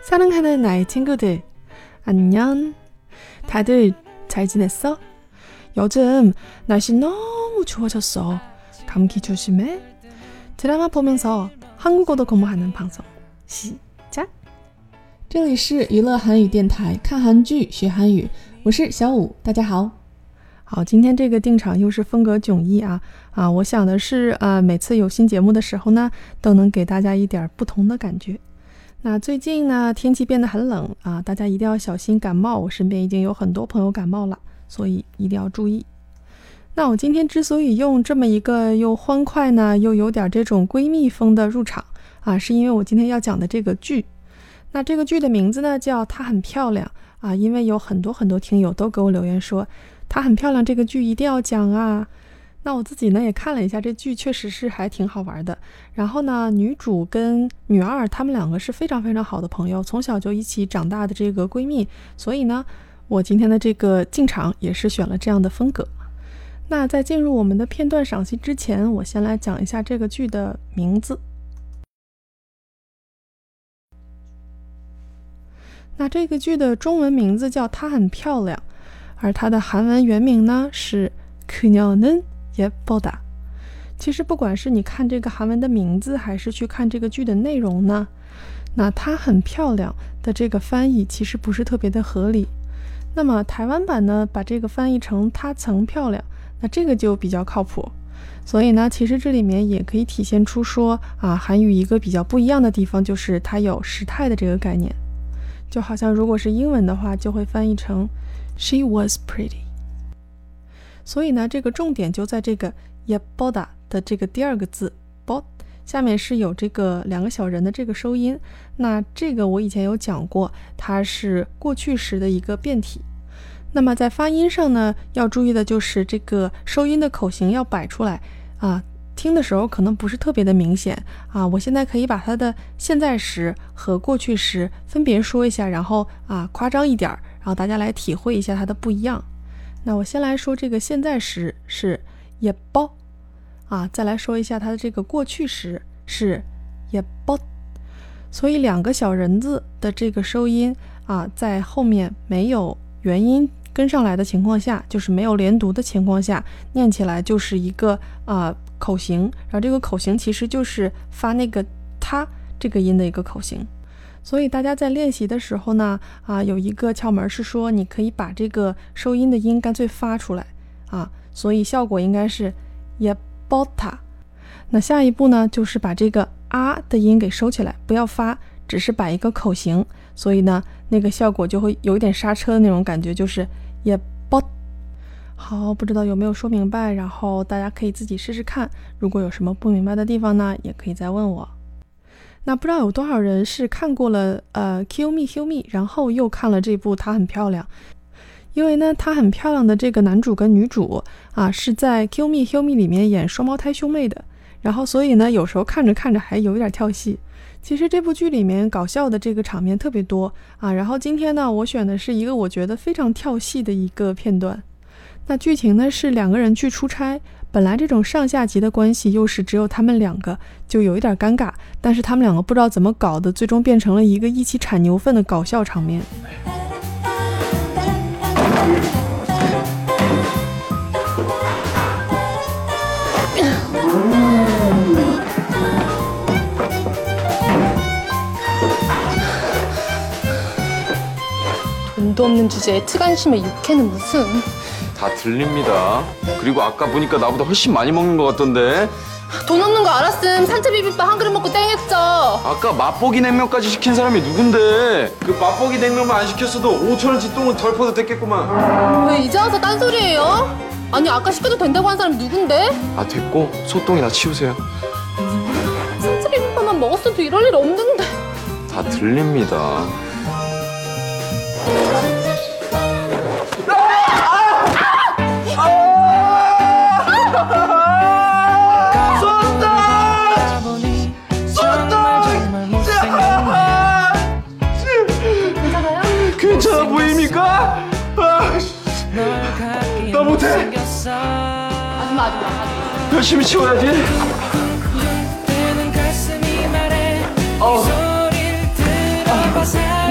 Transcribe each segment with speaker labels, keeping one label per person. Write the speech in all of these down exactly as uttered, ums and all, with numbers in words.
Speaker 1: 사랑하는 나의 친구들, 안녕. 다들 잘 지냈어? 요즘 날씨 너무 추워졌어. 감기 조심해. 드라마 보면서 한국어도 공부하는 방송 시작。这里是娱乐韩语电台，看韩剧学韩语，我是小五，大家好。好，今天这个定场又是风格迥异啊啊！我想的是，呃，每次有新节目的时候呢，都能给大家一点不同的感觉。那最近呢，天气变得很冷啊，大家一定要小心感冒。我身边已经有很多朋友感冒了，所以一定要注意。那我今天之所以用这么一个又欢快呢，又有点这种闺蜜风的入场啊，是因为我今天要讲的这个剧。那这个剧的名字呢，叫《她很漂亮》啊，因为有很多很多听友都给我留言说，她很漂亮这个剧一定要讲啊。那我自己呢也看了一下，这剧确实是还挺好玩的。然后呢，女主跟女二她们两个是非常非常好的朋友，从小就一起长大的这个闺蜜，所以呢，我今天的这个进场也是选了这样的风格。那在进入我们的片段赏析之前，我先来讲一下这个剧的名字。那这个剧的中文名字叫《她很漂亮》，而它的韩文原名呢是그녀는 예쁘다。其实不管是你看这个韩文的名字，还是去看这个剧的内容呢，那她很漂亮的这个翻译其实不是特别的合理。那么台湾版呢，把这个翻译成她曾漂亮，那这个就比较靠谱。所以呢，其实这里面也可以体现出说啊，韩语一个比较不一样的地方，就是它有时态的这个概念。就好像如果是英文的话，就会翻译成 She was pretty。 所以呢，这个重点就在这个 예쁘다 的这个第二个字 봇 下面是有这个两个小人的这个收音。那这个我以前有讲过，它是过去时的一个变体。那么在发音上呢，要注意的就是这个收音的口型要摆出来啊，听的时候可能不是特别的明显啊。我现在可以把它的现在时和过去时分别说一下，然后啊夸张一点，然后大家来体会一下它的不一样。那我先来说这个现在时是예뻐啊，再来说一下它的这个过去时是예뻤。所以两个小人字的这个收音啊，在后面没有元音跟上来的情况下，就是没有连读的情况下，念起来就是一个啊口型，然后这个口型其实就是发那个它这个音的一个口型。所以大家在练习的时候呢，啊，有一个窍门是说，你可以把这个收音的音干脆发出来啊，所以效果应该是예뻤다。那下一步呢，就是把这个啊的音给收起来，不要发，只是摆一个口型，所以呢，那个效果就会有一点刹车的那种感觉，就是예뻤。好，不知道有没有说明白，然后大家可以自己试试看，如果有什么不明白的地方呢，也可以再问我。那不知道有多少人是看过了呃 Kill Me Kill Me， 然后又看了这部她很漂亮。因为呢，她很漂亮的这个男主跟女主啊，是在 Kill Me Kill Me 里面演双胞胎兄妹的，然后所以呢，有时候看着看着还有一点跳戏。其实这部剧里面搞笑的这个场面特别多啊，然后今天呢，我选的是一个我觉得非常跳戏的一个片段。那剧情呢是两个人去出差，本来这种上下级的关系又是只有他们两个，就有一点尴尬，但是他们两个不知道怎么搞的，最终变成了一个一起产牛粪的搞笑场面。
Speaker 2: 돈도 없는 주제에 특안심에 육회는 무슨.
Speaker 3: 다 들립니다. 그리고 아까 보니까 나보다 훨씬 많이 먹는 것 같던데.
Speaker 2: 돈 없는 거 알았음. 산채 비빔밥 한 그릇 먹고 땡했죠.
Speaker 3: 아까 맛보기 냉면까지 시킨 사람이 누군데. 그 맛보기 냉면만 안 시켰어도 오천 원치 똥은 덜 퍼도 됐겠구만.
Speaker 2: 왜 이제 와서 딴소리예요? 아니 아까 시켜도 된다고 한 사람 누군데?
Speaker 3: 아 됐고 소똥이나 치우세요.
Speaker 2: 산채 비빔밥만 먹었어도 이럴 일 없는데.
Speaker 3: 다 들립니다. 괜찮아 보입니까? 아, 나 못해.
Speaker 2: 아줌마 아줌마
Speaker 3: 열심히 치워야지. 어. 어.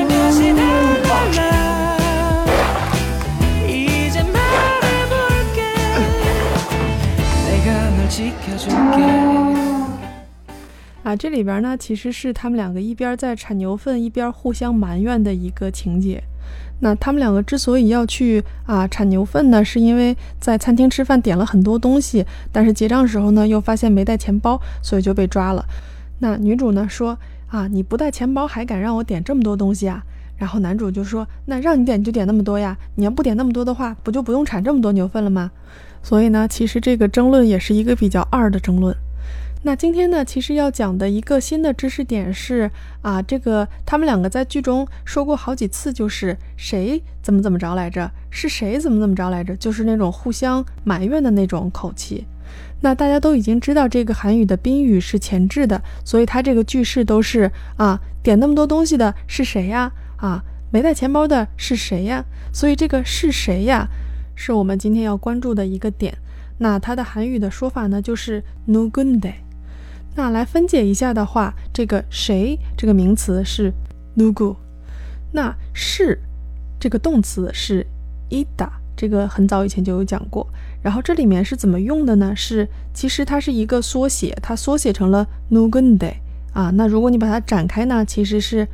Speaker 1: 啊，这里边呢其实是他们两个一边在产牛粪一边互相埋怨的一个情节。那他们两个之所以要去啊产牛粪呢，是因为在餐厅吃饭点了很多东西，但是结账时候呢又发现没带钱包，所以就被抓了。那女主呢说啊，你不带钱包还敢让我点这么多东西啊？然后男主就说，那让你点就点那么多呀，你要不点那么多的话，不就不用产这么多牛粪了吗？所以呢，其实这个争论也是一个比较二的争论。那今天呢，其实要讲的一个新的知识点是啊，这个他们两个在剧中说过好几次，就是谁怎么怎么着来着，是谁怎么怎么着来着，就是那种互相埋怨的那种口气。那大家都已经知道这个韩语的宾语是前置的，所以它这个句式都是啊，点那么多东西的是谁呀？啊，没带钱包的是谁呀？所以这个是谁呀，是我们今天要关注的一个点。那它的韩语的说法呢，就是누군데。那来分解一下的话，这个谁这个名词是누구，那是这个动词是이다，这个很早以前就有讲过。然后这里面是怎么用的呢？是其实它是一个缩写，它缩写成了누군데啊。那如果你把它展开呢，其实是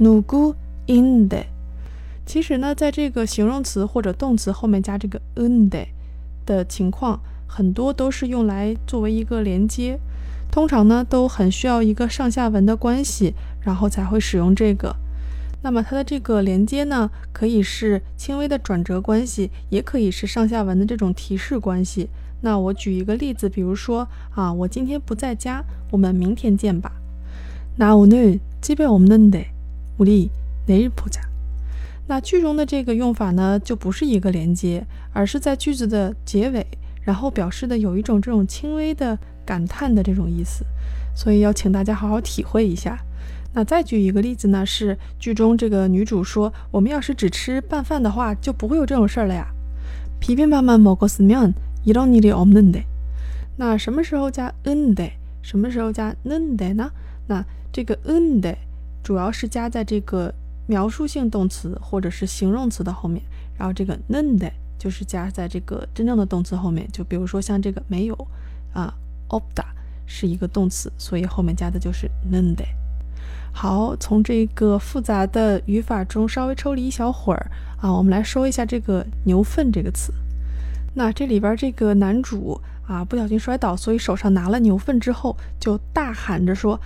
Speaker 1: 누구인데。其实呢，在这个形容词或者动词后面加这个인데的情况，很多都是用来作为一个连接。通常呢都很需要一个上下文的关系，然后才会使用这个。那么它的这个连接呢，可以是轻微的转折关系，也可以是上下文的这种提示关系。那我举一个例子，比如说啊，我今天不在家，我们明天见吧。나 오늘 집에 없는데 우리 내일 보자。那句中的这个用法呢，就不是一个连接，而是在句子的结尾，然后表示的有一种这种轻微的感叹的这种意思，所以要请大家好好体会一下。那再举一个例子呢，是剧中这个女主说，我们要是只吃拌饭的话，就不会有这种事儿了呀。비빔밥만 먹었으면 이런 일이 없는데。那什么时候加은데，什么时候加는데呢？那这个은데主要是加在这个描述性动词或者是形容词的后面，然后这个는데就是加在这个真正的动词后面，就比如说像这个没有啊，없다是一个动词，所以后面加的就是 는데。 好，从这个复杂的语法中稍微抽离一小会儿啊，我们来说一下这个牛粪这个词。那这里边这个男主啊不小心摔倒，所以手上拿了牛粪之后就大喊着说，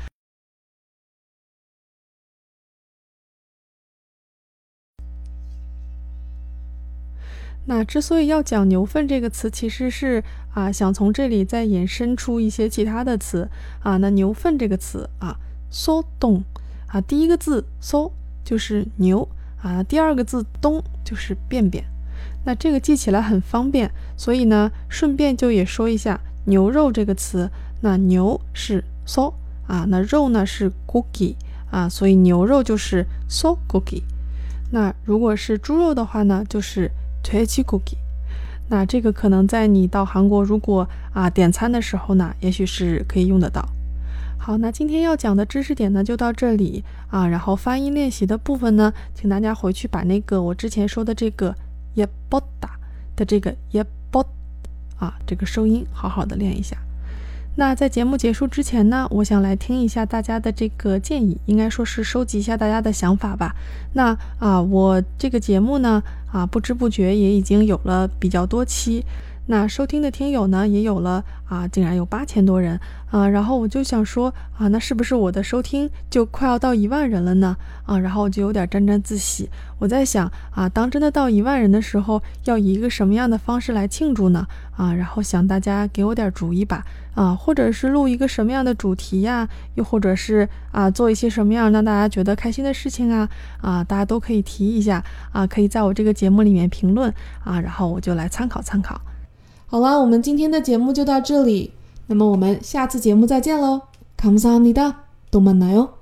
Speaker 1: 那之所以要讲牛粪这个词，其实是啊想从这里再引申出一些其他的词啊。那牛粪这个词啊，소 똥啊，第一个字소就是牛啊，第二个字똥就是便便。那这个记起来很方便，所以呢，顺便就也说一下牛肉这个词。那牛是소啊，那肉呢是고기啊，所以牛肉就是소고기。那如果是猪肉的话呢，就是돼지고기。那这个可能在你到韩国如果啊点餐的时候呢，也许是可以用得到。好，那今天要讲的知识点呢就到这里啊，然后发音练习的部分呢，请大家回去把那个我之前说的这个예뻤다的这个예뻤啊这个收音好好的练一下。那在节目结束之前呢，我想来听一下大家的这个建议，应该说是收集一下大家的想法吧。那啊，我这个节目呢啊，不知不觉也已经有了比较多期，那收听的听友呢也有了啊，竟然有八千多人啊。然后我就想说啊，那是不是我的收听就快要到一万人了呢？啊，然后我就有点沾沾自喜。我在想啊，当真的到一万人的时候，要以一个什么样的方式来庆祝呢？啊，然后想大家给我点主意吧。啊，或者是录一个什么样的主题呀，又或者是啊做一些什么样让大家觉得开心的事情啊，啊大家都可以提一下啊，可以在我这个节目里面评论啊，然后我就来参考参考。
Speaker 2: 好啦，我们今天的节目就到这里，那么我们下次节目再见喽。감사합니다。또 만나요。